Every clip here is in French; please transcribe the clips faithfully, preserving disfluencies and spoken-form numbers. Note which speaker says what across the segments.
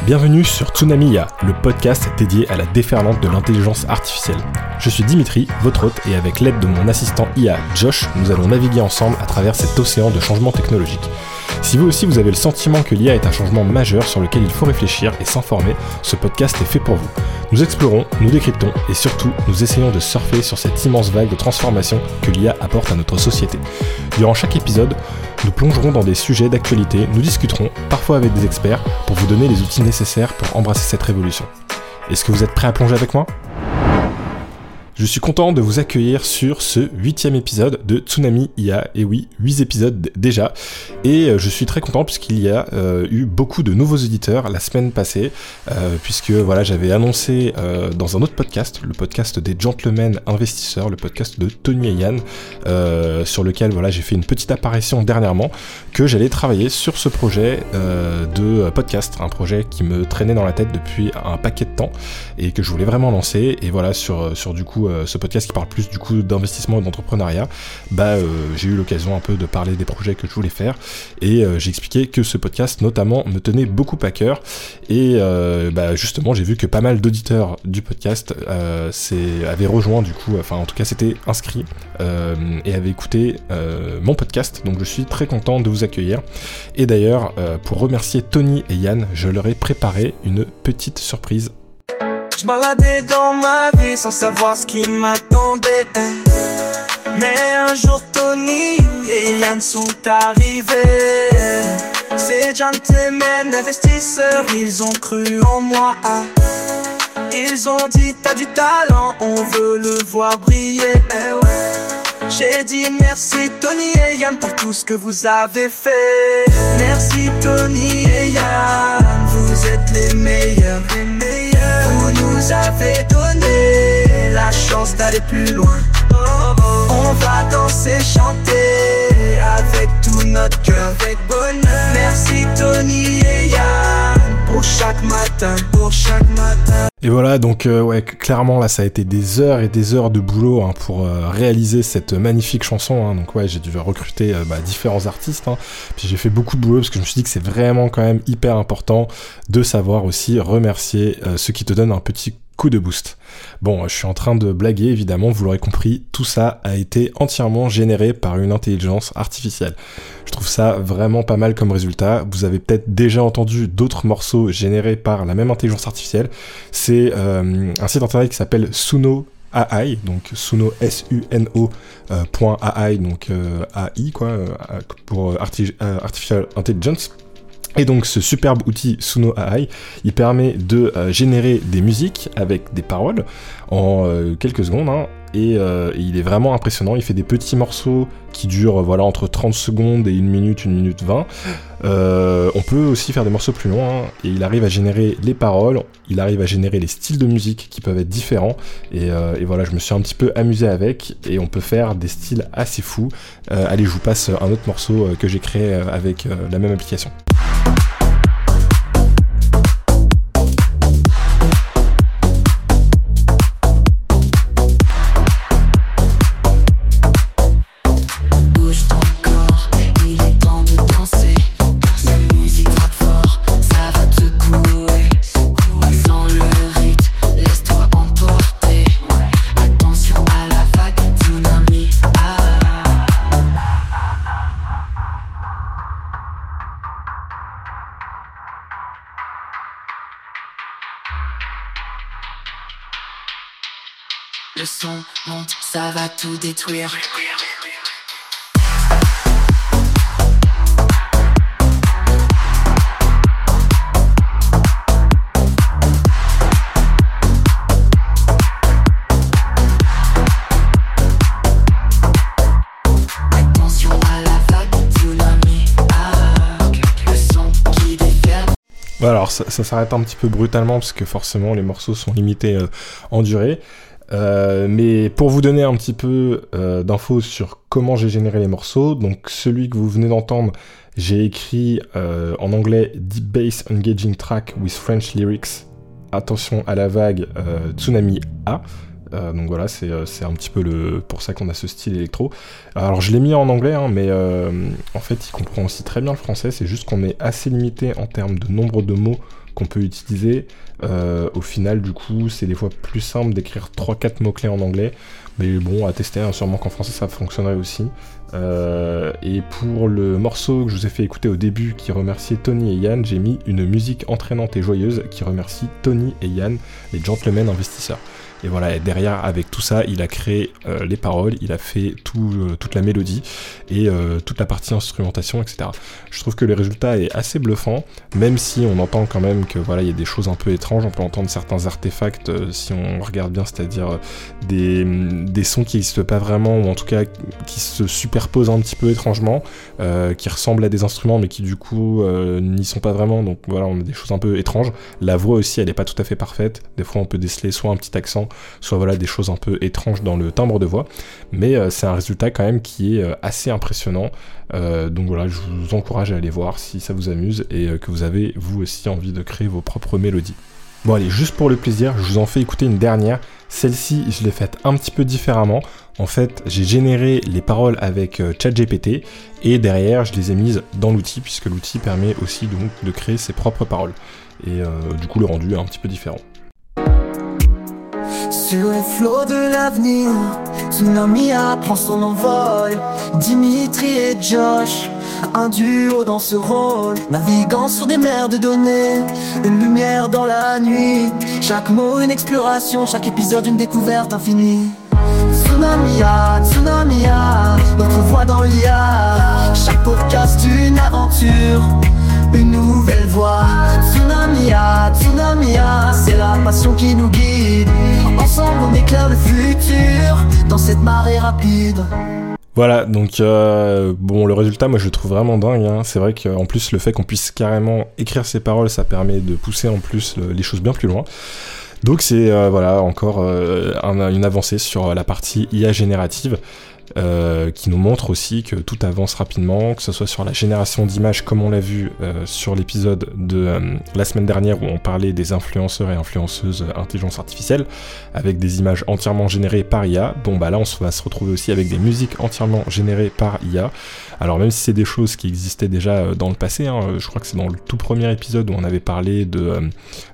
Speaker 1: Bienvenue sur Tsunami I A, le podcast dédié à la déferlante de l'intelligence artificielle. Je suis Dimitri, votre hôte, et avec l'aide de mon assistant I A, Josh, nous allons naviguer ensemble à travers cet océan de changements technologiques. Si vous aussi vous avez le sentiment que l'I A est un changement majeur sur lequel il faut réfléchir et s'informer, ce podcast est fait pour vous. Nous explorons, nous décryptons et surtout, nous essayons de surfer sur cette immense vague de transformation que l'I A apporte à notre société. Durant chaque épisode, nous plongerons dans des sujets d'actualité, nous discuterons, parfois avec des experts, pour vous donner les outils nécessaires pour embrasser cette révolution. Est-ce que vous êtes prêts à plonger avec moi ? Je suis content de vous accueillir sur ce huitième épisode de Tsunami I A, et oui, huit épisodes d- déjà, et je suis très content puisqu'il y a euh, eu beaucoup de nouveaux auditeurs la semaine passée, euh, puisque voilà, j'avais annoncé euh, dans un autre podcast, le podcast des Gentlemen Investisseurs, le podcast de Tony et Yann, euh, sur lequel voilà, j'ai fait une petite apparition dernièrement, que j'allais travailler sur ce projet euh, de podcast, un projet qui me traînait dans la tête depuis un paquet de temps, et que je voulais vraiment lancer, et voilà, sur, sur du coup ce podcast qui parle plus du coup d'investissement et d'entrepreneuriat, bah euh, j'ai eu l'occasion un peu de parler des projets que je voulais faire et euh, j'ai expliqué que ce podcast notamment me tenait beaucoup à cœur et euh, bah justement j'ai vu que pas mal d'auditeurs du podcast euh, c'est, avaient rejoint du coup, enfin en tout cas s'étaient inscrits euh, et avaient écouté euh, mon podcast, donc je suis très content de vous accueillir et d'ailleurs euh, pour remercier Tony et Yann, je leur ai préparé une petite surprise.
Speaker 2: Je baladais dans ma vie sans savoir ce qui m'attendait. Mais un jour Tony et Yann sont arrivés. Ces gentlemen investisseurs, ils ont cru en moi. Ils ont dit t'as du talent, on veut le voir briller. J'ai dit merci Tony et Yann pour tout ce que vous avez fait. Merci Tony et Yann, vous êtes les meilleurs, les meilleurs. Vous nous avez donné la chance d'aller plus loin. On va danser, chanter avec tout notre cœur, avec bonheur. Merci Tony et Yann pour chaque matin, pour chaque matin.
Speaker 1: Et voilà, donc euh, ouais, clairement là ça a été des heures et des heures de boulot hein, pour euh, réaliser cette magnifique chanson, hein. Donc ouais, j'ai dû recruter euh, bah, différents artistes, hein. Puis j'ai fait beaucoup de boulot parce que je me suis dit que c'est vraiment quand même hyper important de savoir aussi remercier euh, ceux qui te donnent un petit coup de boost. Bon, je suis en train de blaguer évidemment, vous l'aurez compris, tout ça a été entièrement généré par une intelligence artificielle. Je trouve ça vraiment pas mal comme résultat. Vous avez peut-être déjà entendu d'autres morceaux générés par la même intelligence artificielle. C'est euh, un site internet qui s'appelle Suno A I, donc Suno S U N O euh, point A I, donc euh, A I quoi, euh, pour arti- euh, Artificial Intelligence. Et donc ce superbe outil Suno A I, il permet de euh, générer des musiques avec des paroles en euh, quelques secondes, hein, et, euh, et il est vraiment impressionnant. Il fait des petits morceaux qui durent euh, voilà, entre trente secondes et une minute, une minute vingt. Euh, on peut aussi faire des morceaux plus longs, hein, et il arrive à générer les paroles, il arrive à générer les styles de musique qui peuvent être différents, et, euh, et voilà, je me suis un petit peu amusé avec, et on peut faire des styles assez fous. Euh, allez, je vous passe un autre morceau euh, que j'ai créé euh, avec euh, la même application.
Speaker 3: Le son monte, ça va tout détruire. Attention à la vague, tsunami. Ah, le son qui déferle.
Speaker 1: Voilà, alors ça, ça s'arrête un petit peu brutalement parce que forcément les morceaux sont limités euh, en durée. Euh, mais pour vous donner un petit peu euh, d'infos sur comment j'ai généré les morceaux, donc celui que vous venez d'entendre, j'ai écrit euh, en anglais Deep Bass Engaging Track with French Lyrics, attention à la vague, euh, Tsunami A. Euh, donc voilà, c'est, c'est un petit peu le, pour ça qu'on a ce style électro. Alors je l'ai mis en anglais, hein, mais euh, en fait il comprend aussi très bien le français, c'est juste qu'on est assez limité en termes de nombre de mots qu'on peut utiliser. Euh, au final, du coup, c'est des fois plus simple d'écrire trois quatre mots-clés en anglais. Mais bon, à tester, hein, sûrement qu'en français ça fonctionnerait aussi. Euh, et pour le morceau que je vous ai fait écouter au début qui remerciait Tony et Yann, j'ai mis une musique entraînante et joyeuse qui remercie Tony et Yann, les gentlemen investisseurs. Et voilà, et derrière, avec tout ça, il a créé euh, les paroles, il a fait tout, euh, toute la mélodie et euh, toute la partie instrumentation, et cetera. Je trouve que le résultat est assez bluffant, même si on entend quand même que voilà, il y a des choses un peu étranges. On peut entendre certains artefacts, euh, si on regarde bien, c'est-à-dire euh, des, des sons qui n'existent pas vraiment, ou en tout cas qui se superposent un petit peu étrangement, euh, qui ressemblent à des instruments, mais qui du coup euh, n'y sont pas vraiment. Donc voilà, on a des choses un peu étranges. La voix aussi, elle n'est pas tout à fait parfaite. Des fois, on peut déceler soit un petit accent, soit voilà des choses un peu étranges dans le timbre de voix, mais euh, c'est un résultat quand même qui est euh, assez impressionnant, euh, donc voilà, je vous encourage à aller voir si ça vous amuse et euh, que vous avez vous aussi envie de créer vos propres mélodies. Bon allez, juste pour le plaisir, je vous en fais écouter une dernière. Celle-ci, je l'ai faite un petit peu différemment. En fait, j'ai généré les paroles avec euh, ChatGPT et derrière, je les ai mises dans l'outil, puisque l'outil permet aussi donc de créer ses propres paroles. Et euh, du coup, le rendu est un petit peu différent.
Speaker 2: Sur les flots de l'avenir, Tsunami prend son envol. Dimitri et Josh, un duo dans ce rôle, naviguant sur des mers de données, une lumière dans la nuit. Chaque mot une exploration, chaque épisode une découverte infinie. Tsunami, Tsunami, notre voix dans l'I A. Chaque podcast une aventure, une nouvelle voix. Tsunami, Tsunami, c'est la passion qui nous guide. Ensemble on éclaire le futur dans cette marée rapide.
Speaker 1: Voilà, donc euh, bon, le résultat, moi je le trouve vraiment dingue, hein. C'est vrai qu'en plus le fait qu'on puisse carrément écrire ses paroles, ça permet de pousser en plus le, les choses bien plus loin. Donc c'est euh, voilà encore euh, un, une avancée sur la partie I A générative. Euh, qui nous montre aussi que tout avance rapidement, que ce soit sur la génération d'images comme on l'a vu euh, sur l'épisode de euh, la semaine dernière où on parlait des influenceurs et influenceuses intelligence artificielle avec des images entièrement générées par I A. Bon bah là on va se retrouver aussi avec des musiques entièrement générées par I A. Alors même si c'est des choses qui existaient déjà dans le passé, hein, je crois que c'est dans le tout premier épisode où on avait parlé de euh,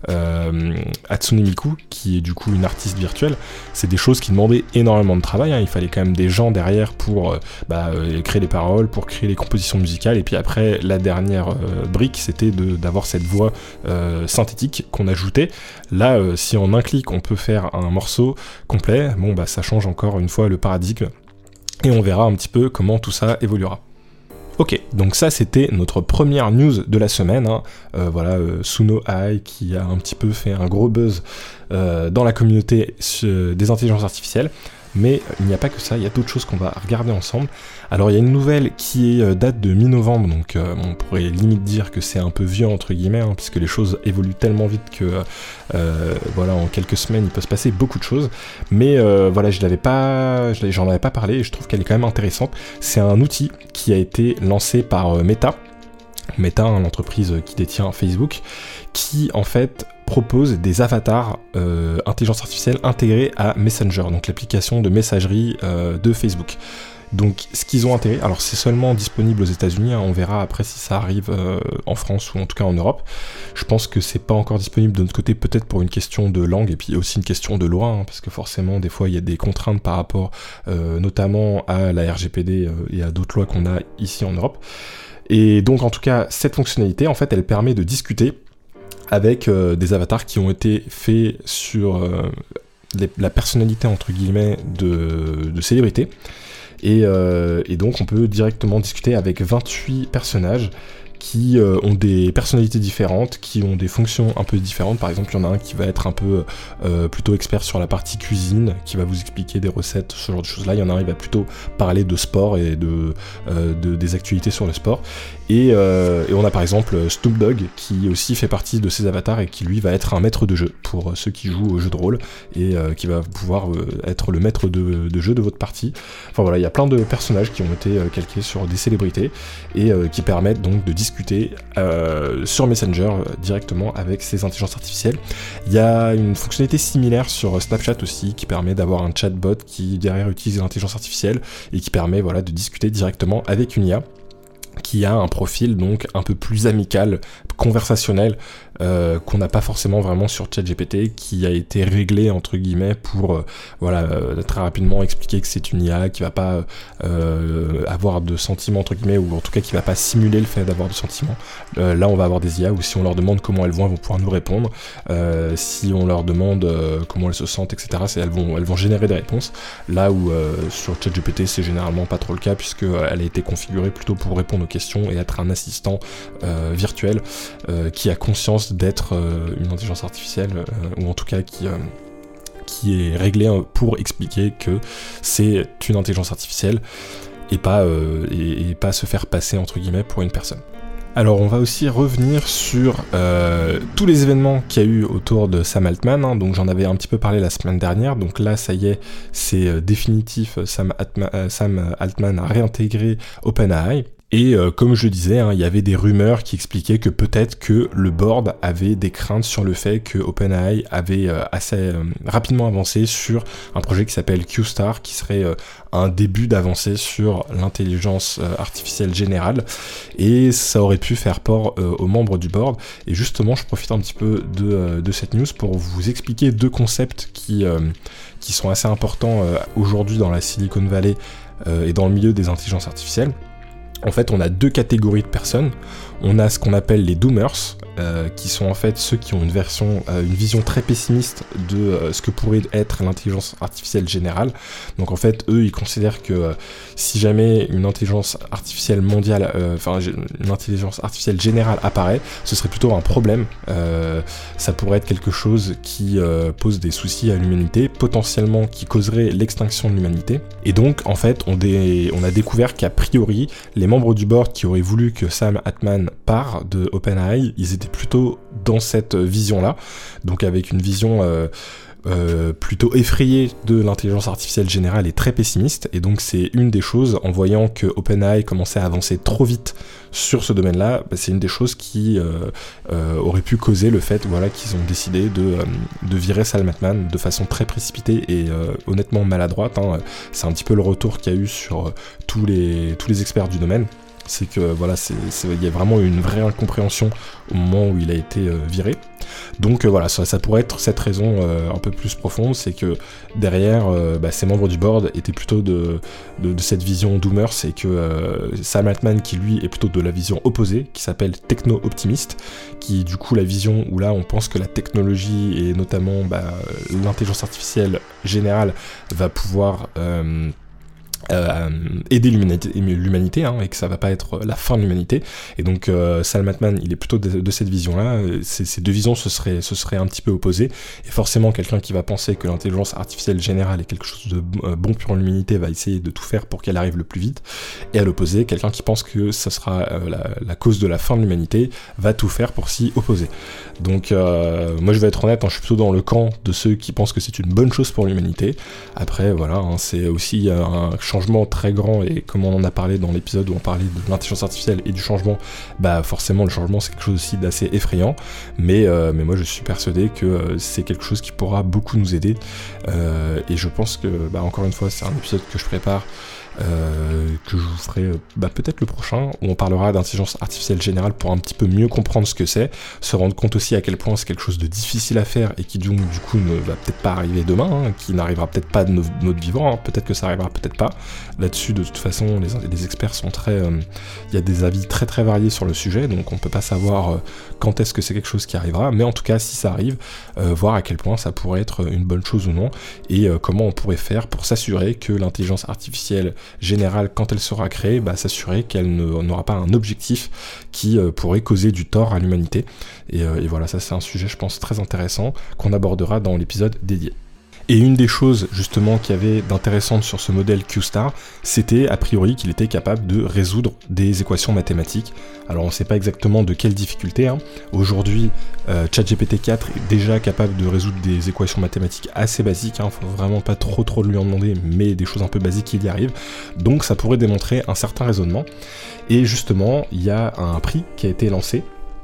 Speaker 1: euh, Hatsune Miku, qui est du coup une artiste virtuelle, c'est des choses qui demandaient énormément de travail, hein. Il fallait quand même des gens derrière pour euh, bah, euh, créer les paroles, pour créer les compositions musicales, et puis après la dernière euh, brique c'était de, d'avoir cette voix euh, synthétique qu'on ajoutait. Là euh, si en un clic on peut faire un morceau complet, bon bah ça change encore une fois le paradigme, et on verra un petit peu comment tout ça évoluera. Ok, donc ça c'était notre première news de la semaine, hein. euh, voilà, euh, Suno A I qui a un petit peu fait un gros buzz euh, dans la communauté euh, des intelligences artificielles. Mais il n'y a pas que ça, il y a d'autres choses qu'on va regarder ensemble. Alors il y a une nouvelle qui est, euh, date de mi-novembre, donc euh, on pourrait limite dire que c'est un peu vieux entre guillemets, hein, puisque les choses évoluent tellement vite que euh, voilà, en quelques semaines il peut se passer beaucoup de choses. Mais euh, voilà, je l'avais pas, je l'avais, j'en avais pas parlé et je trouve qu'elle est quand même intéressante. C'est un outil qui a été lancé par euh, Meta, Meta, hein, l'entreprise qui détient Facebook, qui en fait propose des avatars euh, intelligence artificielle intégrés à Messenger, donc l'application de messagerie euh, de Facebook. Donc ce qu'ils ont intégré, alors c'est seulement disponible aux États-Unis, hein, on verra après si ça arrive euh, en France ou en tout cas en Europe. Je pense que c'est pas encore disponible de notre côté, peut-être pour une question de langue et puis aussi une question de loi, hein, parce que forcément des fois il y a des contraintes par rapport euh, notamment à la R G P D euh, et à d'autres lois qu'on a ici en Europe. Et donc en tout cas cette fonctionnalité en fait elle permet de discuter avec euh, des avatars qui ont été faits sur euh, les, la personnalité entre guillemets de, de célébrités. Et, euh, et donc on peut directement discuter avec vingt-huit personnages qui euh, ont des personnalités différentes, qui ont des fonctions un peu différentes. Par exemple, il y en a un qui va être un peu euh, plutôt expert sur la partie cuisine, qui va vous expliquer des recettes, ce genre de choses-là. Il y en a un qui va plutôt parler de sport et de, euh, de des actualités sur le sport. Et, euh, et on a par exemple Snoop Dogg qui aussi fait partie de ces avatars et qui lui va être un maître de jeu pour ceux qui jouent au jeu de rôle et euh, qui va pouvoir euh, être le maître de, de jeu de votre partie. Enfin voilà, il y a plein de personnages qui ont été euh, calqués sur des célébrités et euh, qui permettent donc de discuter euh, sur Messenger euh, directement avec ces intelligences artificielles. Il y a une fonctionnalité similaire sur Snapchat aussi qui permet d'avoir un chatbot qui derrière utilise l'intelligence artificielle et qui permet voilà, de discuter directement avec une I A qui a un profil donc un peu plus amical conversationnel euh, qu'on n'a pas forcément vraiment sur ChatGPT, qui a été réglé entre guillemets pour euh, voilà euh, très rapidement expliquer que c'est une I A qui va pas euh, avoir de sentiments entre guillemets, ou en tout cas qui va pas simuler le fait d'avoir de sentiments. Euh, là on va avoir des I A où si on leur demande comment elles vont, elles vont pouvoir nous répondre. Euh, si on leur demande euh, comment elles se sentent, et cetera, c'est, elles vont elles vont générer des réponses. Là où euh, sur ChatGPT c'est généralement pas trop le cas, puisque euh, elle a été configurée plutôt pour répondre aux questions et être un assistant euh, virtuel euh, qui a conscience d'être euh, une intelligence artificielle, euh, ou en tout cas qui, euh, qui est réglée pour expliquer que c'est une intelligence artificielle et pas, euh, et, et pas se faire passer entre guillemets pour une personne. Alors on va aussi revenir sur euh, tous les événements qu'il y a eu autour de Sam Altman, hein. Donc j'en avais un petit peu parlé la semaine dernière, donc là ça y est, c'est euh, définitif, Sam, Atma, euh, Sam Altman a réintégré OpenAI. Et euh, comme je le disais, hein, il y avait des rumeurs qui expliquaient que peut-être que le board avait des craintes sur le fait que OpenAI avait euh, assez euh, rapidement avancé sur un projet qui s'appelle Q-Star, qui serait euh, un début d'avancée sur l'intelligence euh, artificielle générale, et ça aurait pu faire peur euh, aux membres du board. Et justement, je profite un petit peu de, euh, de cette news pour vous expliquer deux concepts qui, euh, qui sont assez importants euh, aujourd'hui dans la Silicon Valley euh, et dans le milieu des intelligences artificielles. En fait, on a deux catégories de personnes. On a ce qu'on appelle les doomers, euh, qui sont en fait ceux qui ont une version, euh, une vision très pessimiste de euh, ce que pourrait être l'intelligence artificielle générale. Donc en fait, eux, ils considèrent que euh, si jamais une intelligence artificielle mondiale, euh, enfin une intelligence artificielle générale apparaît, ce serait plutôt un problème. Euh, ça pourrait être quelque chose qui euh, pose des soucis à l'humanité, potentiellement qui causerait l'extinction de l'humanité. Et donc, en fait, on, dé- on a découvert qu'a priori, les membres du board qui auraient voulu que Sam Altman part de OpenAI, ils étaient plutôt dans cette vision-là, donc avec une vision euh, euh, plutôt effrayée de l'intelligence artificielle générale et très pessimiste. Et donc c'est une des choses, en voyant que OpenAI commençait à avancer trop vite sur ce domaine-là, bah, c'est une des choses qui euh, euh, aurait pu causer le fait, voilà, qu'ils ont décidé de, euh, de virer Sam Altman de façon très précipitée et euh, honnêtement maladroite, hein. C'est un petit peu le retour qu'il y a eu sur euh, tous les, tous les experts du domaine. C'est que voilà, c'est, c'est, il y a vraiment une vraie incompréhension au moment où il a été euh, viré. Donc euh, voilà, ça, ça pourrait être cette raison euh, un peu plus profonde, c'est que derrière, euh, bah, ces membres du board étaient plutôt de, de, de cette vision doomer, c'est que euh, Sam Altman, qui lui est plutôt de la vision opposée, qui s'appelle techno-optimiste, qui du coup la vision où là on pense que la technologie et notamment bah, l'intelligence artificielle générale va pouvoir... Euh, Euh, aider l'humanité, l'humanité hein, et que ça va pas être la fin de l'humanité. Et donc euh, Sam Altman, il est plutôt de, de cette vision-là. Ces, ces deux visions se seraient, se seraient un petit peu opposées. Et forcément, quelqu'un qui va penser que l'intelligence artificielle générale est quelque chose de euh, bon pour l'humanité va essayer de tout faire pour qu'elle arrive le plus vite. Et à l'opposé, quelqu'un qui pense que ça sera euh, la, la cause de la fin de l'humanité va tout faire pour s'y opposer. Donc euh, moi je vais être honnête, hein, je suis plutôt dans le camp de ceux qui pensent que c'est une bonne chose pour l'humanité. Après voilà, hein, c'est aussi un changement très grand, et comme on en a parlé dans l'épisode où on parlait de l'intelligence artificielle et du changement, bah forcément le changement c'est quelque chose aussi d'assez effrayant, mais, euh, mais moi je suis persuadé que euh, c'est quelque chose qui pourra beaucoup nous aider, euh, et je pense que bah, encore une fois c'est un épisode que je prépare, Euh, que je vous ferai bah, peut-être le prochain, où on parlera d'intelligence artificielle générale pour un petit peu mieux comprendre ce que c'est, se rendre compte aussi à quel point c'est quelque chose de difficile à faire et qui du, du coup ne va peut-être pas arriver demain, hein, qui n'arrivera peut-être pas de nos, notre vivant, hein, peut-être que ça arrivera, peut-être pas. Là-dessus, de toute façon, les, les experts sont très... Il euh, y a des avis très très variés sur le sujet, donc on peut pas savoir euh, quand est-ce que c'est quelque chose qui arrivera, mais en tout cas, si ça arrive, euh, voir à quel point ça pourrait être une bonne chose ou non, et euh, comment on pourrait faire pour s'assurer que l'intelligence artificielle générale, quand elle sera créée, bah, s'assurer qu'elle ne, n'aura pas un objectif qui euh, pourrait causer du tort à l'humanité. Et, euh, et voilà, ça c'est un sujet, je pense, très intéressant qu'on abordera dans l'épisode dédié. Et une des choses justement qu'il y avait d'intéressante sur ce modèle Q-Star, c'était a priori qu'il était capable de résoudre des équations mathématiques. Alors on ne sait pas exactement de quelle difficulté, hein. Aujourd'hui, euh, ChatGPT quatre est déjà capable de résoudre des équations mathématiques assez basiques, hein. Faut vraiment pas trop trop lui en demander, mais des choses un peu basiques il y arrive. Donc ça pourrait démontrer un certain raisonnement. Et justement, il y a un prix qui a été lancé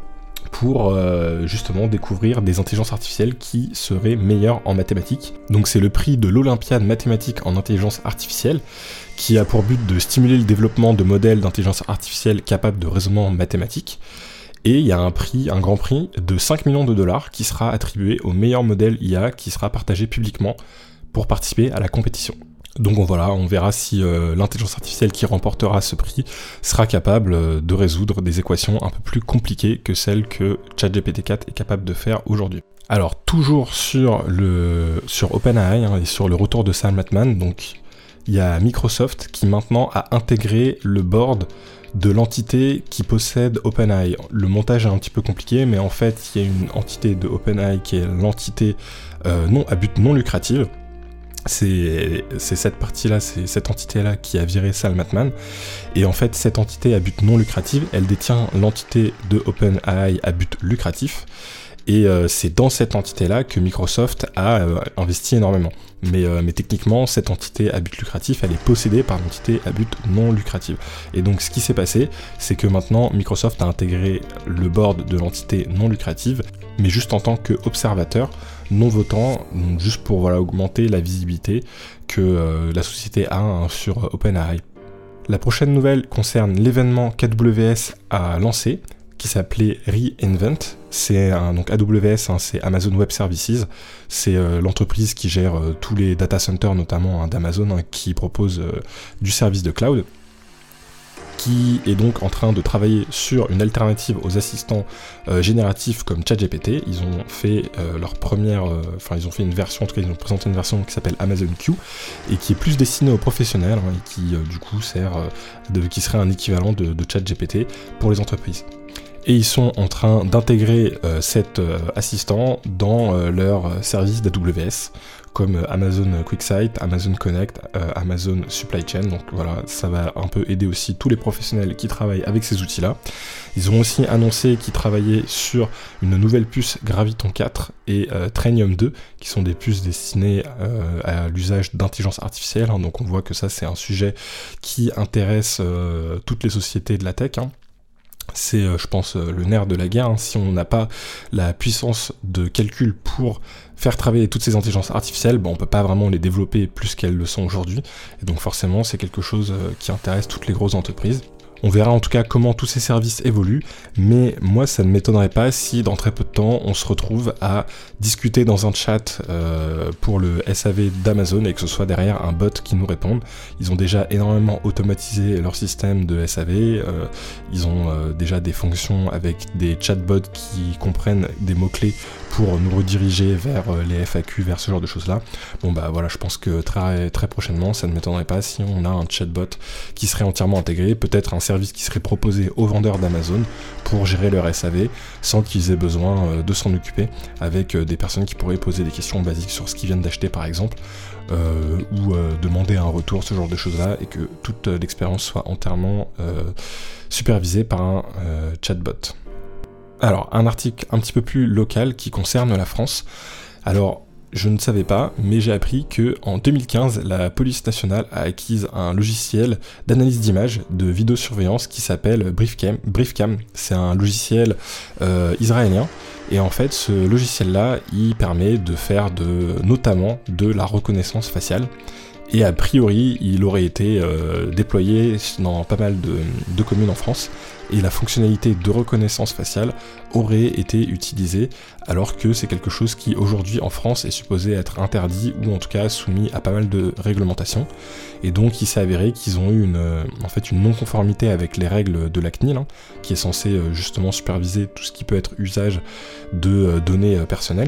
Speaker 1: pour euh, justement découvrir des intelligences artificielles qui seraient meilleures en mathématiques. Donc c'est le prix de l'Olympiade mathématique en intelligence artificielle, qui a pour but de stimuler le développement de modèles d'intelligence artificielle capables de raisonnement mathématique. Et il y a un prix, un grand prix de cinq millions de dollars qui sera attribué au meilleur modèle I A qui sera partagé publiquement pour participer à la compétition. Donc voilà, on verra si euh, l'intelligence artificielle qui remportera ce prix sera capable euh, de résoudre des équations un peu plus compliquées que celles que ChatGPT quatre est capable de faire aujourd'hui. Alors toujours sur le sur OpenAI hein, et sur le retour de Sam Altman, donc il y a Microsoft qui maintenant a intégré le board de l'entité qui possède OpenAI. Le montage est un petit peu compliqué, mais en fait il y a une entité de OpenAI qui est l'entité euh, non à but non lucratif. C'est, c'est cette partie-là, c'est cette entité-là qui a viré Sam Altman. Et en fait, cette entité à but non lucratif, elle détient l'entité de OpenAI à but lucratif. Et euh, c'est dans cette entité-là que Microsoft a euh, investi énormément. Mais, euh, mais techniquement, cette entité à but lucratif, elle est possédée par l'entité à but non lucratif. Et donc, ce qui s'est passé, c'est que maintenant, Microsoft a intégré le board de l'entité non lucrative, mais juste en tant qu'observateur, non votant, juste pour voilà, augmenter la visibilité que euh, la société a hein, sur OpenAI. La prochaine nouvelle concerne l'événement qu'A W S a lancé, qui s'appelait re:Invent. C'est un, donc A W S, hein, c'est Amazon Web Services, c'est euh, l'entreprise qui gère euh, tous les data centers notamment hein, d'Amazon, hein, qui propose euh, du service de cloud, qui est donc en train de travailler sur une alternative aux assistants euh, génératifs comme ChatGPT. Ils ont fait euh, leur première, enfin euh, ils ont fait une version, en tout cas ils ont présenté une version qui s'appelle Amazon Q et qui est plus destinée aux professionnels hein, et qui euh, du coup sert, euh, de, qui serait un équivalent de, de ChatGPT pour les entreprises. Et ils sont en train d'intégrer euh, cet euh, assistant dans euh, leur euh, service d'A W S, comme euh, Amazon QuickSight, Amazon Connect, euh, Amazon Supply Chain. Donc voilà, ça va un peu aider aussi tous les professionnels qui travaillent avec ces outils-là. Ils ont aussi annoncé qu'ils travaillaient sur une nouvelle puce Graviton quatre et euh, Trainium deux, qui sont des puces destinées euh, à l'usage d'intelligence artificielle. Hein. Donc on voit que ça, c'est un sujet qui intéresse euh, toutes les sociétés de la tech, hein. C'est, euh, je pense, euh, le nerf de la guerre. Hein. Si on n'a pas la puissance de calcul pour faire travailler toutes ces intelligences artificielles, ben, on peut pas vraiment les développer plus qu'elles le sont aujourd'hui. Et donc forcément, c'est quelque chose euh, qui intéresse toutes les grosses entreprises. On verra en tout cas comment tous ces services évoluent, mais moi ça ne m'étonnerait pas si dans très peu de temps on se retrouve à discuter dans un chat euh, pour le S A V d'Amazon et que ce soit derrière un bot qui nous réponde. Ils ont déjà énormément automatisé leur système de S A V, euh, ils ont euh, déjà des fonctions avec des chatbots qui comprennent des mots-clés pour nous rediriger vers les F A Q, vers ce genre de choses-là. Bon bah voilà, je pense que très, très prochainement, ça ne m'étonnerait pas si on a un chatbot qui serait entièrement intégré, peut-être un service qui serait proposé aux vendeurs d'Amazon pour gérer leur S A V sans qu'ils aient besoin de s'en occuper, avec des personnes qui pourraient poser des questions basiques sur ce qu'ils viennent d'acheter par exemple, euh, ou euh, demander un retour, ce genre de choses-là, et que toute l'expérience soit entièrement euh, supervisée par un euh, chatbot. Alors, un article un petit peu plus local qui concerne la France. Alors, je ne savais pas, mais j'ai appris que en deux mille quinze, la police nationale a acquis un logiciel d'analyse d'images de vidéosurveillance qui s'appelle Briefcam. Briefcam, c'est un logiciel euh, israélien. Et en fait, ce logiciel-là, il permet de faire de, notamment de la reconnaissance faciale. Et a priori, il aurait été euh, déployé dans pas mal de, de communes en France, et la fonctionnalité de reconnaissance faciale aurait été utilisée, alors que c'est quelque chose qui aujourd'hui en France est supposé être interdit, ou en tout cas soumis à pas mal de réglementations. Et donc il s'est avéré qu'ils ont eu une, en fait, une non-conformité avec les règles de la C N I L, hein, qui est censée justement superviser tout ce qui peut être usage de euh, données euh, personnelles.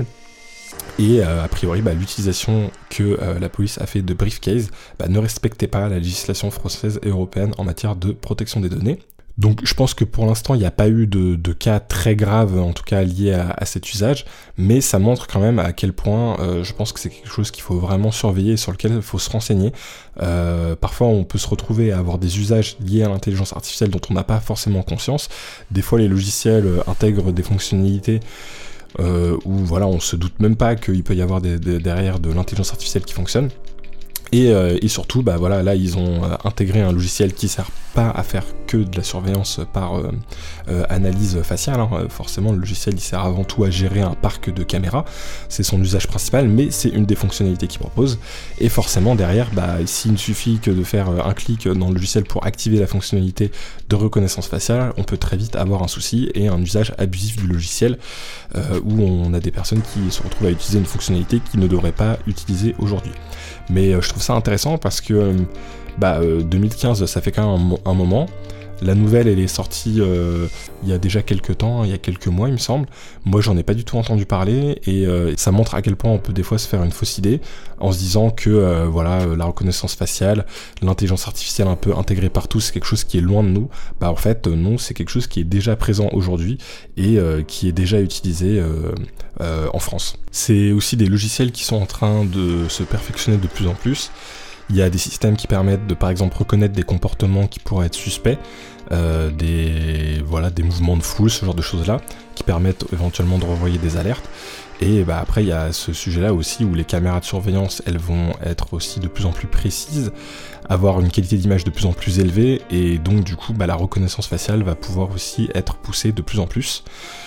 Speaker 1: Et euh, a priori, bah, l'utilisation que euh, la police a fait de Briefcase bah, ne respectait pas la législation française et européenne en matière de protection des données. Donc je pense que pour l'instant, il n'y a pas eu de, de cas très graves, en tout cas liés à, à cet usage, mais ça montre quand même à quel point euh, je pense que c'est quelque chose qu'il faut vraiment surveiller et sur lequel il faut se renseigner. Euh, parfois, on peut se retrouver à avoir des usages liés à l'intelligence artificielle dont on n'a pas forcément conscience. Des fois, les logiciels euh, intègrent des fonctionnalités Euh, où voilà, on se doute même pas qu'il peut y avoir des, des, derrière de l'intelligence artificielle qui fonctionne. Et, euh, et surtout, bah voilà, là ils ont euh, intégré un logiciel qui sert pas à faire que de la surveillance par euh, euh, analyse faciale, hein. Forcément le logiciel il sert avant tout à gérer un parc de caméras, c'est son usage principal, mais c'est une des fonctionnalités qu'il propose, et forcément derrière, bah, s'il ne suffit que de faire un clic dans le logiciel pour activer la fonctionnalité de reconnaissance faciale, on peut très vite avoir un souci et un usage abusif du logiciel, euh, où on a des personnes qui se retrouvent à utiliser une fonctionnalité qu'ils ne devraient pas utiliser aujourd'hui. Mais euh, je trouve ça intéressant parce que euh, bah, euh, deux mille quinze, ça fait quand même un, un moment. La nouvelle, elle est sortie euh, il y a déjà quelques temps, il y a quelques mois, il me semble. Moi, j'en ai pas du tout entendu parler, et euh, ça montre à quel point on peut des fois se faire une fausse idée en se disant que euh, voilà, la reconnaissance faciale, l'intelligence artificielle un peu intégrée partout, c'est quelque chose qui est loin de nous. Bah en fait, non, c'est quelque chose qui est déjà présent aujourd'hui et euh, qui est déjà utilisé euh, euh, en France. C'est aussi des logiciels qui sont en train de se perfectionner de plus en plus. Il y a des systèmes qui permettent de, par exemple, reconnaître des comportements qui pourraient être suspects, euh, des, voilà, des mouvements de foule, ce genre de choses-là, qui permettent éventuellement de renvoyer des alertes. Et bah, après, il y a ce sujet-là aussi où les caméras de surveillance, elles vont être aussi de plus en plus précises, avoir une qualité d'image de plus en plus élevée, et donc du coup, bah, la reconnaissance faciale va pouvoir aussi être poussée de plus en plus.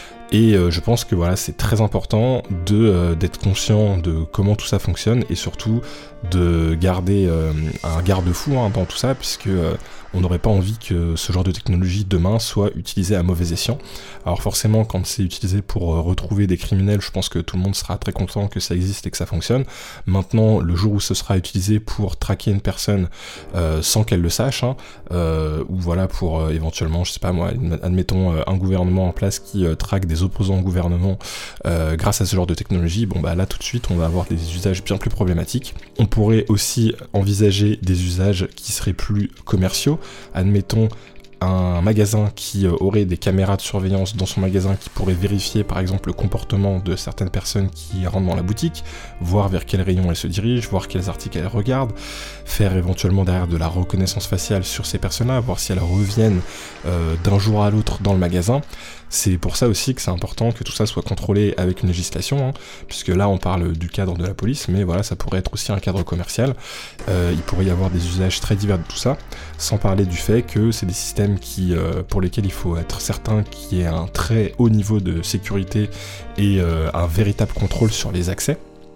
Speaker 1: Et euh, je pense que voilà, c'est très important de, euh, d'être conscient de comment tout ça fonctionne, et surtout de garder euh, un garde-fou hein, dans tout ça, puisque euh, on n'aurait pas envie que ce genre de technologie demain soit utilisé à mauvais escient. Alors forcément, quand c'est utilisé pour euh, retrouver des criminels, je pense que tout le monde sera très content que ça existe et que ça fonctionne. Maintenant, le jour où ce sera utilisé pour traquer une personne euh, sans qu'elle le sache, hein, euh, ou voilà pour euh, éventuellement, je sais pas moi, admettons euh, un gouvernement en place qui euh, traque des opposants au gouvernement euh, grâce à ce genre de technologie, bon bah là tout de suite on va avoir des usages bien plus problématiques. On pourrait aussi envisager des usages qui seraient plus commerciaux. Admettons un magasin qui aurait des caméras de surveillance dans son magasin qui pourrait vérifier par exemple le comportement de certaines personnes qui rentrent dans la boutique, voir vers quel rayon elles se dirigent, voir quels articles elles regardent, faire éventuellement derrière de la reconnaissance faciale sur ces personnes-là, voir si elles reviennent euh, d'un jour à l'autre dans le magasin. C'est pour ça aussi que c'est important que tout ça soit contrôlé avec une législation, hein, puisque là on parle du cadre de la police, mais voilà, ça pourrait être aussi un cadre commercial. Euh, il pourrait y avoir des usages très divers de tout ça, sans parler du fait que c'est des systèmes qui, euh, pour lesquels il faut être certain qu'il y ait un très haut niveau de sécurité et euh, un véritable contrôle sur les accès.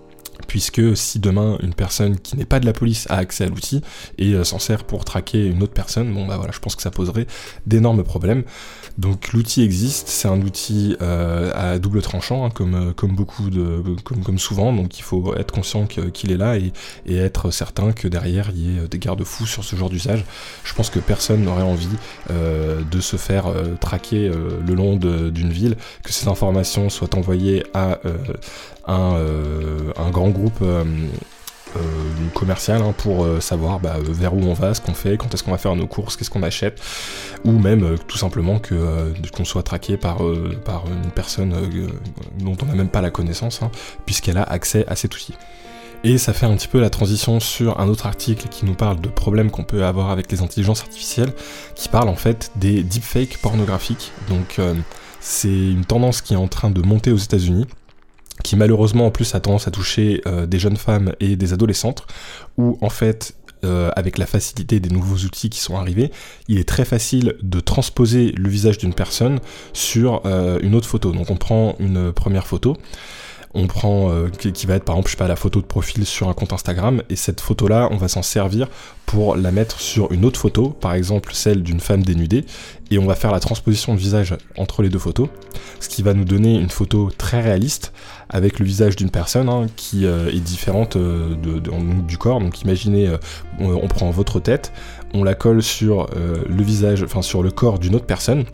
Speaker 1: Puisque si demain une personne qui n'est pas de la police a accès à l'outil et euh, s'en sert pour traquer une autre personne, bon bah voilà, je pense que ça poserait d'énormes problèmes. Donc l'outil existe, c'est un outil euh, à double tranchant, hein, comme, comme beaucoup de, comme, comme souvent, donc il faut être conscient que, qu'il est là et, et être certain que derrière il y ait des garde-fous sur ce genre d'usage. Je pense que personne n'aurait envie euh, de se faire euh, traquer euh, le long de, d'une ville, que ces informations soient envoyées à euh, un, euh, un grand groupe euh, euh, commercial hein, pour euh, savoir bah, vers où on va, ce qu'on fait, quand est-ce qu'on va faire nos courses, qu'est-ce qu'on achète, ou même euh, tout simplement que, euh, qu'on soit traqué par, euh, par une personne euh, dont on n'a même pas la connaissance, hein, puisqu'elle a accès à cet outil. Et ça fait un petit peu la transition sur un autre article qui nous parle de problèmes qu'on peut avoir avec les intelligences artificielles, qui parle en fait des deepfakes pornographiques. Donc euh, c'est une tendance qui est en train de monter aux États-Unis, qui malheureusement en plus a tendance à toucher euh, des jeunes femmes et des adolescentes, où en fait, euh, avec la facilité des nouveaux outils qui sont arrivés, il est très facile de transposer le visage d'une personne sur euh, une autre photo. Donc on prend une première photo, on prend, euh, qui, qui va être par exemple, je sais pas, la photo de profil sur un compte Instagram, et cette photo-là, on va s'en servir pour la mettre sur une autre photo, par exemple celle d'une femme dénudée, et on va faire la transposition de visage entre les deux photos, ce qui va nous donner une photo très réaliste, avec le visage d'une personne hein, qui euh, est différente euh, de, de, du corps. Donc imaginez, euh, on, on prend votre tête, on la colle sur euh, le visage, enfin sur le corps d'une autre personne,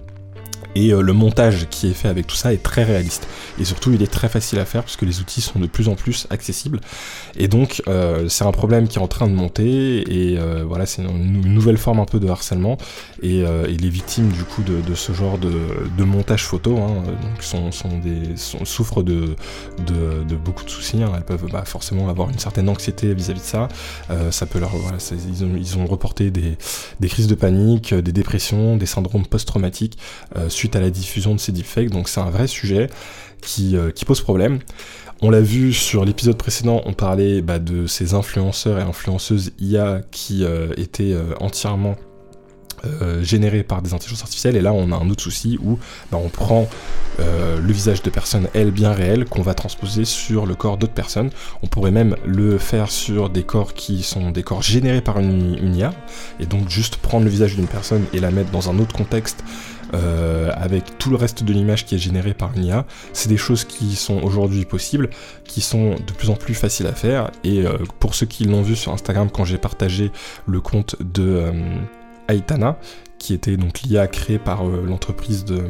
Speaker 1: et euh, le montage qui est fait avec tout ça est très réaliste, et surtout il est très facile à faire puisque les outils sont de plus en plus accessibles, et donc euh, c'est un problème qui est en train de monter, et euh, voilà, c'est une, une nouvelle forme un peu de harcèlement, et, euh, et les victimes du coup de, de ce genre de, de montage photo hein, donc sont, sont des, sont, souffrent de, de, de beaucoup de soucis, hein. Elles peuvent bah, forcément avoir une certaine anxiété vis-à-vis de ça, euh, ça peut leur, voilà, ils, ont, ils ont reporté des, des crises de panique, des dépressions, des syndromes post-traumatiques euh, suite à la diffusion de ces deepfakes, donc c'est un vrai sujet qui, euh, qui pose problème. On l'a vu sur l'épisode précédent, on parlait bah, de ces influenceurs et influenceuses I A qui euh, étaient euh, entièrement euh, générées par des intelligences artificielles, et là on a un autre souci où bah, on prend euh, le visage de personnes, elles, bien réelles, qu'on va transposer sur le corps d'autres personnes. On pourrait même le faire sur des corps qui sont des corps générés par une, une I A, et donc juste prendre le visage d'une personne et la mettre dans un autre contexte, Euh, avec tout le reste de l'image qui est générée par une I A. C'est des choses qui sont aujourd'hui possibles, qui sont de plus en plus faciles à faire, et euh, pour ceux qui l'ont vu sur Instagram quand j'ai partagé le compte de euh, Aitana, qui était donc l'I A créée par euh, l'entreprise de...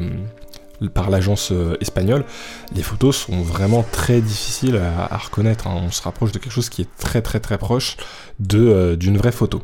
Speaker 1: par l'agence euh, espagnole, les photos sont vraiment très difficiles à, à reconnaître, hein. On se rapproche de quelque chose qui est très très très proche de, euh, d'une vraie photo.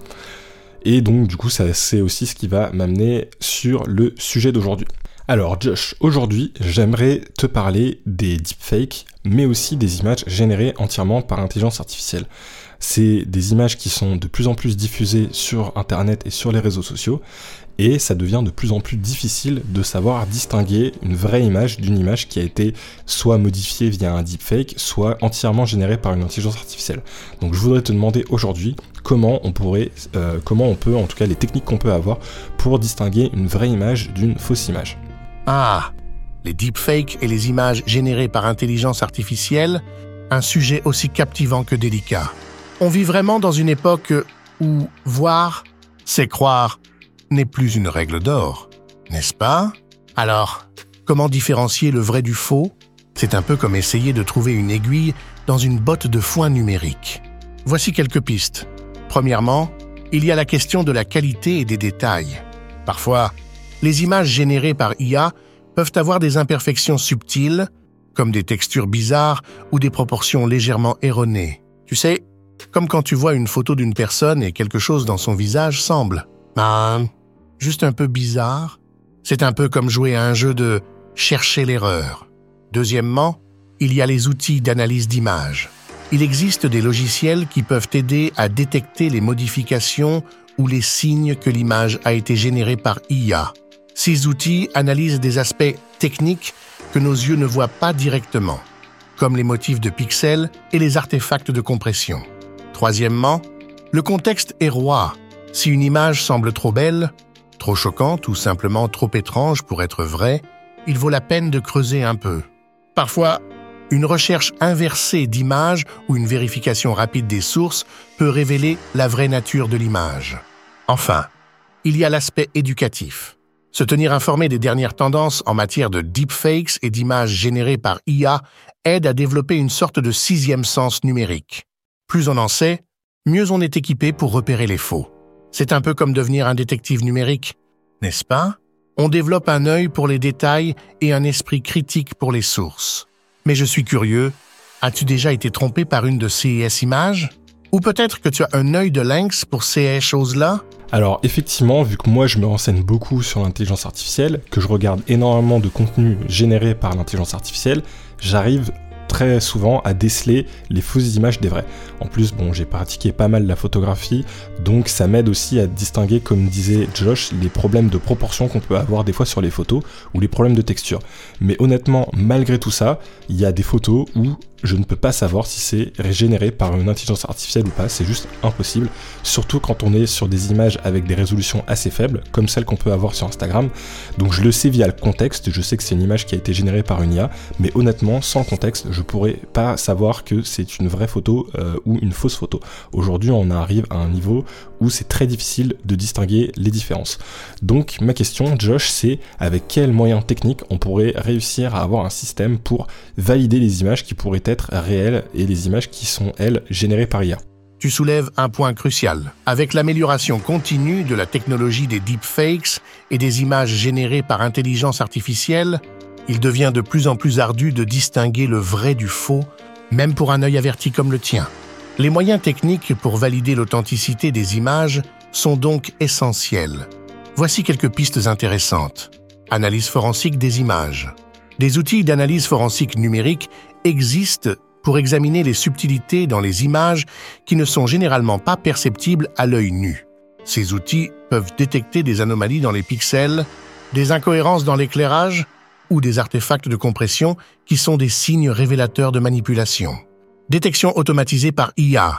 Speaker 1: Et donc du coup ça, c'est aussi ce qui va m'amener sur le sujet d'aujourd'hui. Alors Josh, aujourd'hui j'aimerais te parler des deepfakes, mais aussi des images générées entièrement par intelligence artificielle. C'est des images qui sont de plus en plus diffusées sur internet et sur les réseaux sociaux, et ça devient de plus en plus difficile de savoir distinguer une vraie image d'une image qui a été soit modifiée via un deepfake, soit entièrement générée par une intelligence artificielle. Donc je voudrais te demander aujourd'hui comment on pourrait, euh, comment on peut, en tout cas les techniques qu'on peut avoir pour distinguer une vraie image d'une fausse image.
Speaker 4: Ah, les deepfakes et les images générées par intelligence artificielle, un sujet aussi captivant que délicat. On vit vraiment dans une époque où voir, c'est croire, n'est plus une règle d'or, n'est-ce pas? Alors, comment différencier le vrai du faux? C'est un peu comme essayer de trouver une aiguille dans une botte de foin numérique. Voici quelques pistes. Premièrement, il y a la question de la qualité et des détails. Parfois, les images générées par I A peuvent avoir des imperfections subtiles, comme des textures bizarres ou des proportions légèrement erronées. Tu sais, comme quand tu vois une photo d'une personne et quelque chose dans son visage semble ah, juste un peu bizarre. C'est un peu comme jouer à un jeu de chercher l'erreur. Deuxièmement, il y a les outils d'analyse d'images. Il existe des logiciels qui peuvent aider à détecter les modifications ou les signes que l'image a été générée par I A. Ces outils analysent des aspects techniques que nos yeux ne voient pas directement, comme les motifs de pixels et les artefacts de compression. Troisièmement, le contexte est roi. Si une image semble trop belle, trop choquante ou simplement trop étrange pour être vraie, il vaut la peine de creuser un peu. Parfois, une recherche inversée d'images ou une vérification rapide des sources peut révéler la vraie nature de l'image. Enfin, il y a l'aspect éducatif. Se tenir informé des dernières tendances en matière de deepfakes et d'images générées par I A aide à développer une sorte de sixième sens numérique. Plus on en sait, mieux on est équipé pour repérer les faux. C'est un peu comme devenir un détective numérique, n'est-ce pas? On développe un œil pour les détails et un esprit critique pour les sources. Mais je suis curieux, as-tu déjà été trompé par une de ces images? Ou peut-être que tu as un œil de lynx pour ces choses-là?
Speaker 1: Alors effectivement, vu que moi je me renseigne beaucoup sur l'intelligence artificielle, que je regarde énormément de contenu généré par l'intelligence artificielle, j'arrive très souvent à déceler les fausses images des vraies. En plus, bon, j'ai pratiqué pas mal la photographie, donc ça m'aide aussi à distinguer, comme disait Josh, les problèmes de proportion qu'on peut avoir des fois sur les photos, ou les problèmes de texture. Mais honnêtement, malgré tout ça, il y a des photos où je ne peux pas savoir si c'est régénéré par une intelligence artificielle ou pas, c'est juste impossible, surtout quand on est sur des images avec des résolutions assez faibles, comme celles qu'on peut avoir sur Instagram. Donc je le sais via le contexte, je sais que c'est une image qui a été générée par une I A, mais honnêtement, sans le contexte, je pourrais pas savoir que c'est une vraie photo euh, ou une fausse photo. Aujourd'hui, on arrive à un niveau où c'est très difficile de distinguer les différences. Donc ma question, Josh, c'est avec quels moyens techniques on pourrait réussir à avoir un système pour valider les images qui pourraient être réelles et les images qui sont, elles, générées par I A.
Speaker 4: Tu soulèves un point crucial. Avec l'amélioration continue de la technologie des deepfakes et des images générées par intelligence artificielle, il devient de plus en plus ardu de distinguer le vrai du faux, même pour un œil averti comme le tien. Les moyens techniques pour valider l'authenticité des images sont donc essentiels. Voici quelques pistes intéressantes. Analyse forensique des images. Des outils d'analyse forensique numérique existent pour examiner les subtilités dans les images qui ne sont généralement pas perceptibles à l'œil nu. Ces outils peuvent détecter des anomalies dans les pixels, des incohérences dans l'éclairage ou des artefacts de compression qui sont des signes révélateurs de manipulation. Détection automatisée par I A.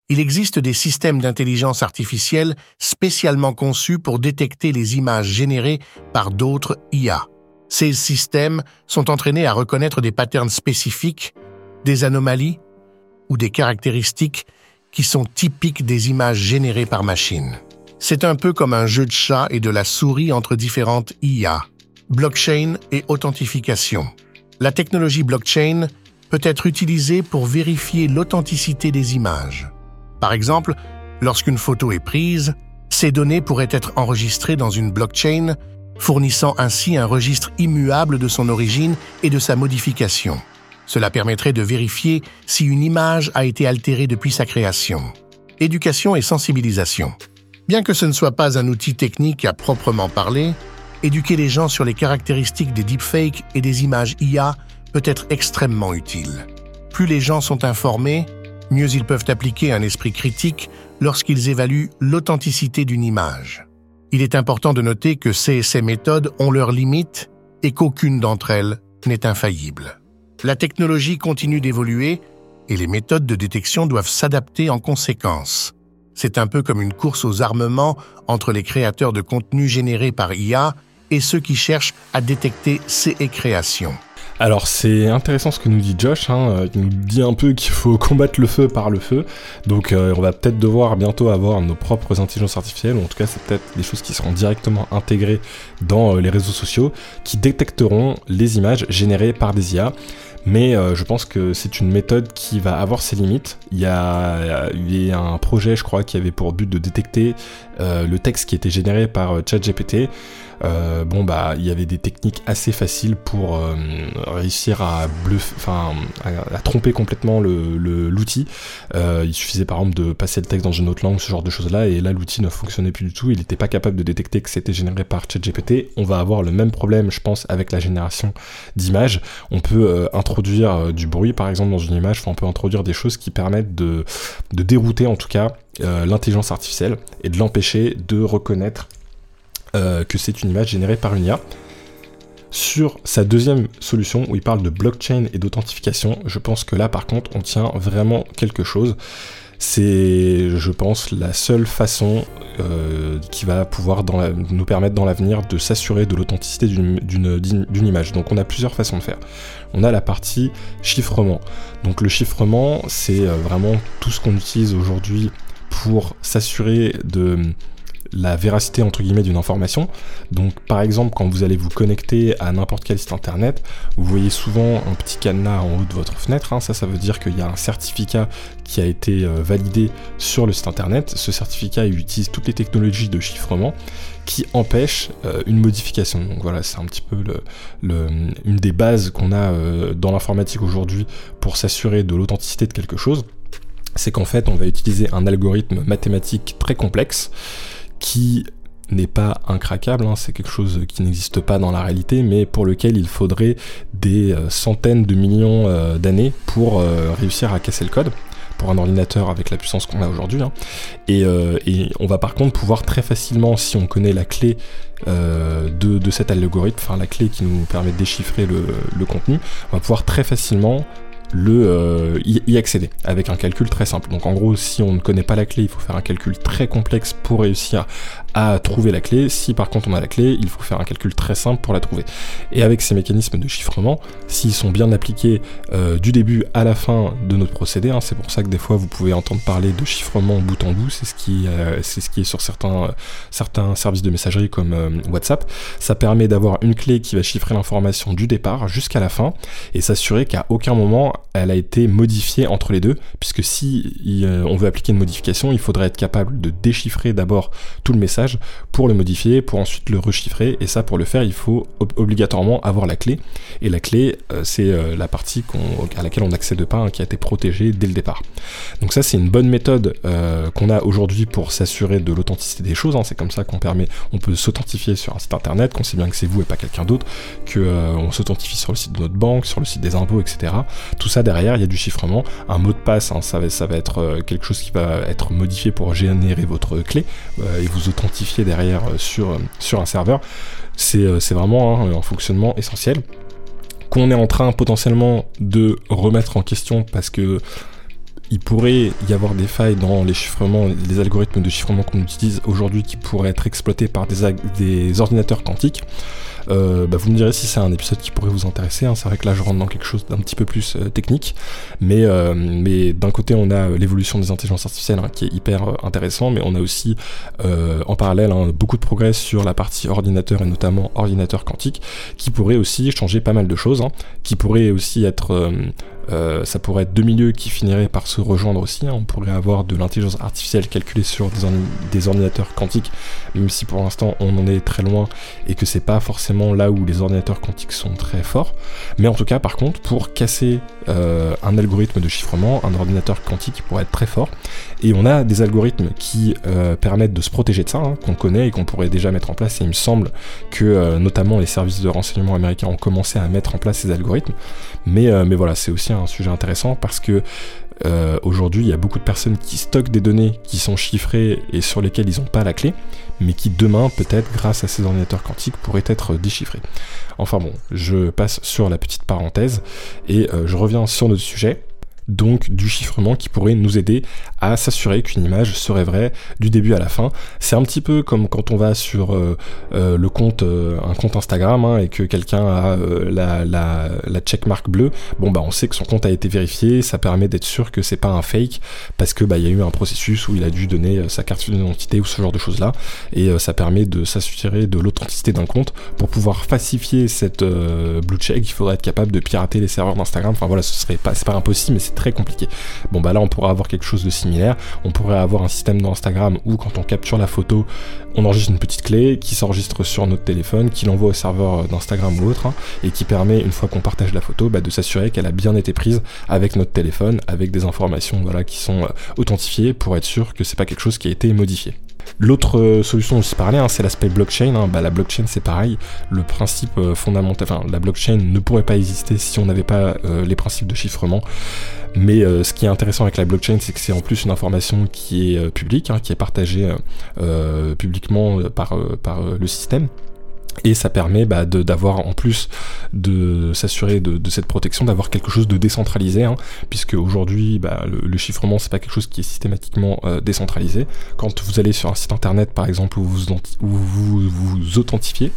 Speaker 4: Il existe des systèmes d'intelligence artificielle spécialement conçus pour détecter les images générées par d'autres I A. Ces systèmes sont entraînés à reconnaître des patterns spécifiques, des anomalies ou des caractéristiques qui sont typiques des images générées par machine. C'est un peu comme un jeu de chat et de la souris entre différentes I A. Blockchain et authentification. La technologie blockchain peut être utilisée pour vérifier l'authenticité des images. Par exemple, lorsqu'une photo est prise, ces données pourraient être enregistrées dans une blockchain, fournissant ainsi un registre immuable de son origine et de sa modification. Cela permettrait de vérifier si une image a été altérée depuis sa création. Éducation et sensibilisation. Bien que ce ne soit pas un outil technique à proprement parler, éduquer les gens sur les caractéristiques des deepfakes et des images I A peut être extrêmement utile. Plus les gens sont informés, mieux ils peuvent appliquer un esprit critique lorsqu'ils évaluent l'authenticité d'une image. Il est important de noter que ces, ces méthodes ont leurs limites et qu'aucune d'entre elles n'est infaillible. La technologie continue d'évoluer et les méthodes de détection doivent s'adapter en conséquence. C'est un peu comme une course aux armements entre les créateurs de contenu générés par I A et ceux qui cherchent à détecter ces créations.
Speaker 1: Alors c'est intéressant ce que nous dit Josh, hein. Il nous dit un peu qu'il faut combattre le feu par le feu, donc euh, on va peut-être devoir bientôt avoir nos propres intelligences artificielles, ou en tout cas c'est peut-être des choses qui seront directement intégrées dans euh, les réseaux sociaux, qui détecteront les images générées par des I A. Mais euh, je pense que c'est une méthode qui va avoir ses limites. Il y a eu un projet, je crois, qui avait pour but de détecter euh, le texte qui était généré par euh, ChatGPT. Euh, bon bah il y avait des techniques assez faciles pour euh, réussir à bluff, enfin à, à tromper complètement le, le, l'outil. Euh, il suffisait par exemple de passer le texte dans une autre langue, ce genre de choses là, et là l'outil ne fonctionnait plus du tout. Il n'était pas capable de détecter que c'était généré par ChatGPT. On va avoir le même problème, je pense, avec la génération d'images. On peut euh, introduire euh, du bruit par exemple dans une image. Enfin, on peut introduire des choses qui permettent de, de dérouter en tout cas euh, l'intelligence artificielle et de l'empêcher de reconnaître Euh, que c'est une image générée par une I A. Sur sa deuxième solution, où il parle de blockchain et d'authentification, je pense que là, par contre, on tient vraiment quelque chose. C'est, je pense, la seule façon euh, qui va pouvoir dans la, nous permettre dans l'avenir de s'assurer de l'authenticité d'une, d'une, d'une image. Donc on a plusieurs façons de faire. On a la partie chiffrement. Donc le chiffrement, c'est vraiment tout ce qu'on utilise aujourd'hui pour s'assurer de la véracité entre guillemets d'une information. Donc par exemple quand vous allez vous connecter à n'importe quel site internet, vous voyez souvent un petit cadenas en haut de votre fenêtre, hein. Ça ça veut dire qu'il y a un certificat qui a été euh, validé sur le site internet. Ce certificat il utilise toutes les technologies de chiffrement qui empêchent euh, une modification. Donc voilà, c'est un petit peu le, le, une des bases qu'on a euh, dans l'informatique aujourd'hui pour s'assurer de l'authenticité de quelque chose. C'est qu'en fait on va utiliser un algorithme mathématique très complexe qui n'est pas incraquable, hein, c'est quelque chose qui n'existe pas dans la réalité, mais pour lequel il faudrait des euh, centaines de millions euh, d'années pour euh, réussir à casser le code, pour un ordinateur avec la puissance qu'on a aujourd'hui. Hein. Et, euh, et on va par contre pouvoir très facilement, si on connaît la clé euh, de, de cet algorithme, enfin la clé qui nous permet de déchiffrer le, le contenu, on va pouvoir très facilement le euh, y, y accéder avec un calcul très simple. Donc en gros, si on ne connaît pas la clé, il faut faire un calcul très complexe pour réussir à trouver la clé. Si par contre on a la clé, il faut faire un calcul très simple pour la trouver. Et avec ces mécanismes de chiffrement, s'ils sont bien appliqués euh, du début à la fin de notre procédé, hein, c'est pour ça que des fois vous pouvez entendre parler de chiffrement bout en bout, c'est ce qui, euh, c'est ce qui est sur certains, euh, certains services de messagerie comme euh, WhatsApp. Ça permet d'avoir une clé qui va chiffrer l'information du départ jusqu'à la fin et s'assurer qu'à aucun moment elle a été modifiée entre les deux, puisque si il, euh, on veut appliquer une modification, il faudrait être capable de déchiffrer d'abord tout le message pour le modifier, pour ensuite le rechiffrer, et ça pour le faire il faut ob- obligatoirement avoir la clé, et la clé euh, c'est euh, la partie qu'on, à laquelle on n'accède pas, hein, qui a été protégée dès le départ. Donc ça c'est une bonne méthode euh, qu'on a aujourd'hui pour s'assurer de l'authenticité des choses, hein. C'est comme ça qu'on permet, on peut s'authentifier sur un site internet, qu'on sait bien que c'est vous et pas quelqu'un d'autre, que euh, on s'authentifie sur le site de notre banque, sur le site des impôts, et cetera. Tout ça derrière, il y a du chiffrement, un mot de passe, hein, ça, va, ça va être euh, quelque chose qui va être modifié pour générer votre clé euh, et vous authentifier derrière euh, sur, euh, sur un serveur. C'est, euh, c'est vraiment hein, un fonctionnement essentiel qu'on est en train potentiellement de remettre en question parce que il pourrait y avoir des failles dans les chiffrements, les algorithmes de chiffrement qu'on utilise aujourd'hui qui pourraient être exploités par des, ag- des ordinateurs quantiques. Euh, bah vous me direz si c'est un épisode qui pourrait vous intéresser, hein. C'est vrai que là je rentre dans quelque chose d'un petit peu plus euh, technique, mais, euh, mais d'un côté on a l'évolution des intelligences artificielles, hein, qui est hyper euh, intéressant, mais on a aussi euh, en parallèle hein, beaucoup de progrès sur la partie ordinateur et notamment ordinateur quantique qui pourrait aussi changer pas mal de choses, hein, qui pourrait aussi être... Euh, Euh, ça pourrait être deux milieux qui finiraient par se rejoindre aussi, hein. On pourrait avoir de l'intelligence artificielle calculée sur des, ordi- des ordinateurs quantiques, même si pour l'instant on en est très loin et que c'est pas forcément là où les ordinateurs quantiques sont très forts. Mais en tout cas, par contre, pour casser euh, un algorithme de chiffrement, un ordinateur quantique pourrait être très fort. Et on a des algorithmes qui euh, permettent de se protéger de ça, hein, qu'on connaît et qu'on pourrait déjà mettre en place. Et il me semble que euh, notamment les services de renseignement américains ont commencé à mettre en place ces algorithmes. Mais, euh, mais voilà, c'est aussi un sujet intéressant parce que euh, aujourd'hui, il y a beaucoup de personnes qui stockent des données qui sont chiffrées et sur lesquelles ils n'ont pas la clé, mais qui demain, peut-être, grâce à ces ordinateurs quantiques, pourraient être déchiffrés. Enfin bon, je passe sur la petite parenthèse et euh, je reviens sur notre sujet. Donc du chiffrement qui pourrait nous aider à s'assurer qu'une image serait vraie du début à la fin. C'est un petit peu comme quand on va sur euh, euh, le compte, euh, un compte Instagram, hein, et que quelqu'un a euh, la, la, la checkmark bleue. Bon bah on sait que son compte a été vérifié, ça permet d'être sûr que c'est pas un fake parce que bah il y a eu un processus où il a dû donner euh, sa carte d'identité ou ce genre de choses là, et euh, ça permet de s'assurer de l'authenticité d'un compte. Pour pouvoir falsifier cette euh, blue check, il faudrait être capable de pirater les serveurs d'Instagram. Enfin voilà, ce serait pas, c'est pas impossible, mais c'est très compliqué. Bon bah là on pourrait avoir quelque chose de similaire, on pourrait avoir un système dans Instagram où quand on capture la photo, on enregistre une petite clé qui s'enregistre sur notre téléphone, qui l'envoie au serveur d'Instagram ou autre, hein, et qui permet, une fois qu'on partage la photo, bah, de s'assurer qu'elle a bien été prise avec notre téléphone, avec des informations voilà, qui sont euh, authentifiées pour être sûr que c'est pas quelque chose qui a été modifié. L'autre euh, solution dont je parlais, hein, c'est l'aspect blockchain. Hein. Bah, la blockchain, c'est pareil. Le principe euh, fondamental, enfin, la blockchain ne pourrait pas exister si on n'avait pas euh, les principes de chiffrement. Mais euh, ce qui est intéressant avec la blockchain, c'est que c'est en plus une information qui est euh, publique, hein, qui est partagée euh, euh, publiquement euh, par, euh, par euh, le système. Et ça permet bah, de, d'avoir, en plus de s'assurer de, de cette protection, d'avoir quelque chose de décentralisé, hein, puisque aujourd'hui, bah, le, le chiffrement, c'est pas quelque chose qui est systématiquement euh, décentralisé. Quand vous allez sur un site internet, par exemple, où vous où vous, vous authentifiez,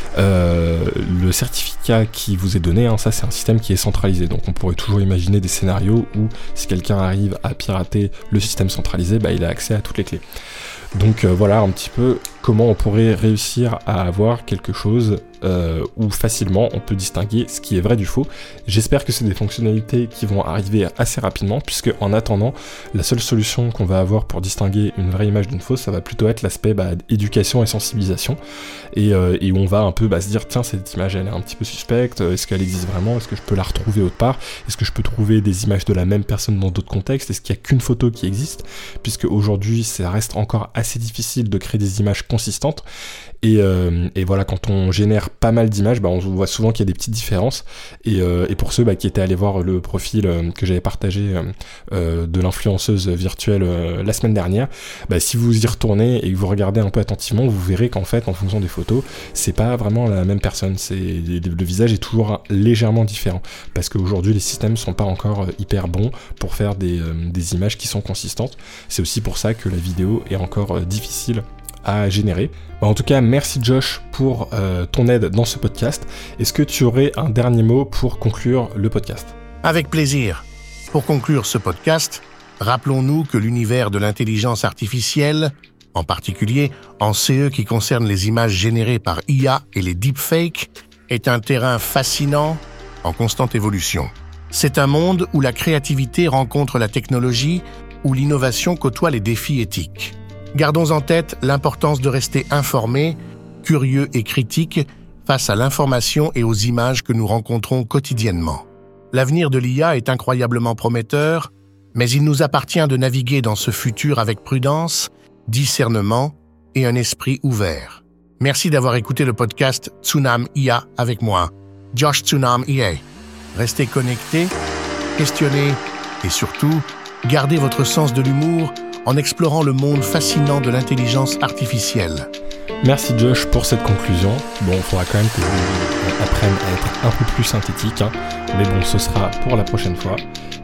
Speaker 1: euh, le certificat qui vous est donné, hein, ça c'est un système qui est centralisé. Donc on pourrait toujours imaginer des scénarios où si quelqu'un arrive à pirater le système centralisé, bah, il a accès à toutes les clés. Donc euh, voilà un petit peu comment on pourrait réussir à avoir quelque chose euh, où facilement on peut distinguer ce qui est vrai du faux. J'espère que c'est des fonctionnalités qui vont arriver assez rapidement, puisque en attendant, la seule solution qu'on va avoir pour distinguer une vraie image d'une fausse, ça va plutôt être l'aspect bah, éducation et sensibilisation, et, euh, et où on va un peu bah, se dire tiens, cette image elle est un petit peu suspecte, est-ce qu'elle existe vraiment, est-ce que je peux la retrouver autre part, est-ce que je peux trouver des images de la même personne dans d'autres contextes, est-ce qu'il n'y a qu'une photo qui existe, puisque aujourd'hui ça reste encore assez difficile de créer des images consistantes. Et, euh, et voilà, quand on génère pas mal d'images, bah, on voit souvent qu'il y a des petites différences. Et, euh, et pour ceux bah, qui étaient allés voir le profil euh, que j'avais partagé euh, euh, de l'influenceuse virtuelle euh, la semaine dernière, bah, si vous y retournez et que vous regardez un peu attentivement, vous verrez qu'en fait, en fonction des photos, c'est pas vraiment la même personne. C'est, le visage est toujours légèrement différent. Parce qu'aujourd'hui, les systèmes sont pas encore hyper bons pour faire des, euh, des images qui sont consistantes. C'est aussi pour ça que la vidéo est encore euh, difficile à générer. Bah en tout cas, merci Josh pour euh, ton aide dans ce podcast. Est-ce que tu aurais un dernier mot pour conclure le podcast ?
Speaker 4: Avec plaisir. Pour conclure ce podcast, rappelons-nous que l'univers de l'intelligence artificielle, en particulier en C E qui concerne les images générées par I A et les deepfakes, est un terrain fascinant en constante évolution. C'est un monde où la créativité rencontre la technologie, où l'innovation côtoie les défis éthiques. Gardons en tête l'importance de rester informés, curieux et critiques face à l'information et aux images que nous rencontrons quotidiennement. L'avenir de l'I A est incroyablement prometteur, mais il nous appartient de naviguer dans ce futur avec prudence, discernement et un esprit ouvert. Merci d'avoir écouté le podcast Tsunam I A avec moi, Josh Tsunam I A. Restez connectés, questionnez et surtout, gardez votre sens de l'humour en explorant le monde fascinant de l'intelligence artificielle.
Speaker 1: Merci Josh pour cette conclusion. Bon, il faudra quand même que vous appreniez à être un peu plus synthétique, hein. Mais bon, ce sera pour la prochaine fois.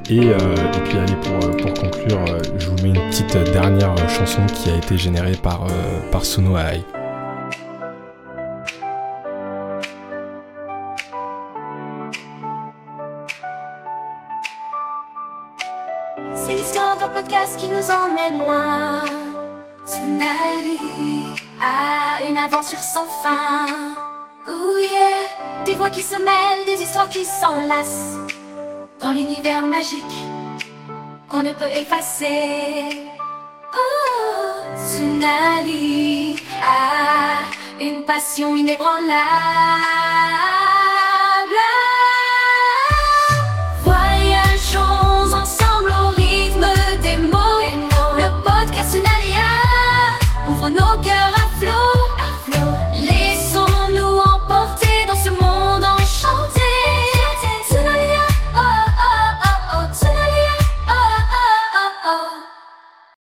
Speaker 1: Et, euh, et puis allez, pour, pour conclure, euh, je vous mets une petite dernière chanson qui a été générée par, euh, par Suno Ai.
Speaker 5: C'est l'histoire d'un podcast qui nous emmène loin. Tsunami a une aventure sans fin. Oh yeah, des voix qui se mêlent, des histoires qui s'enlacent dans l'univers magique qu'on ne peut effacer. Oh, Tsunami a une passion inébranlable.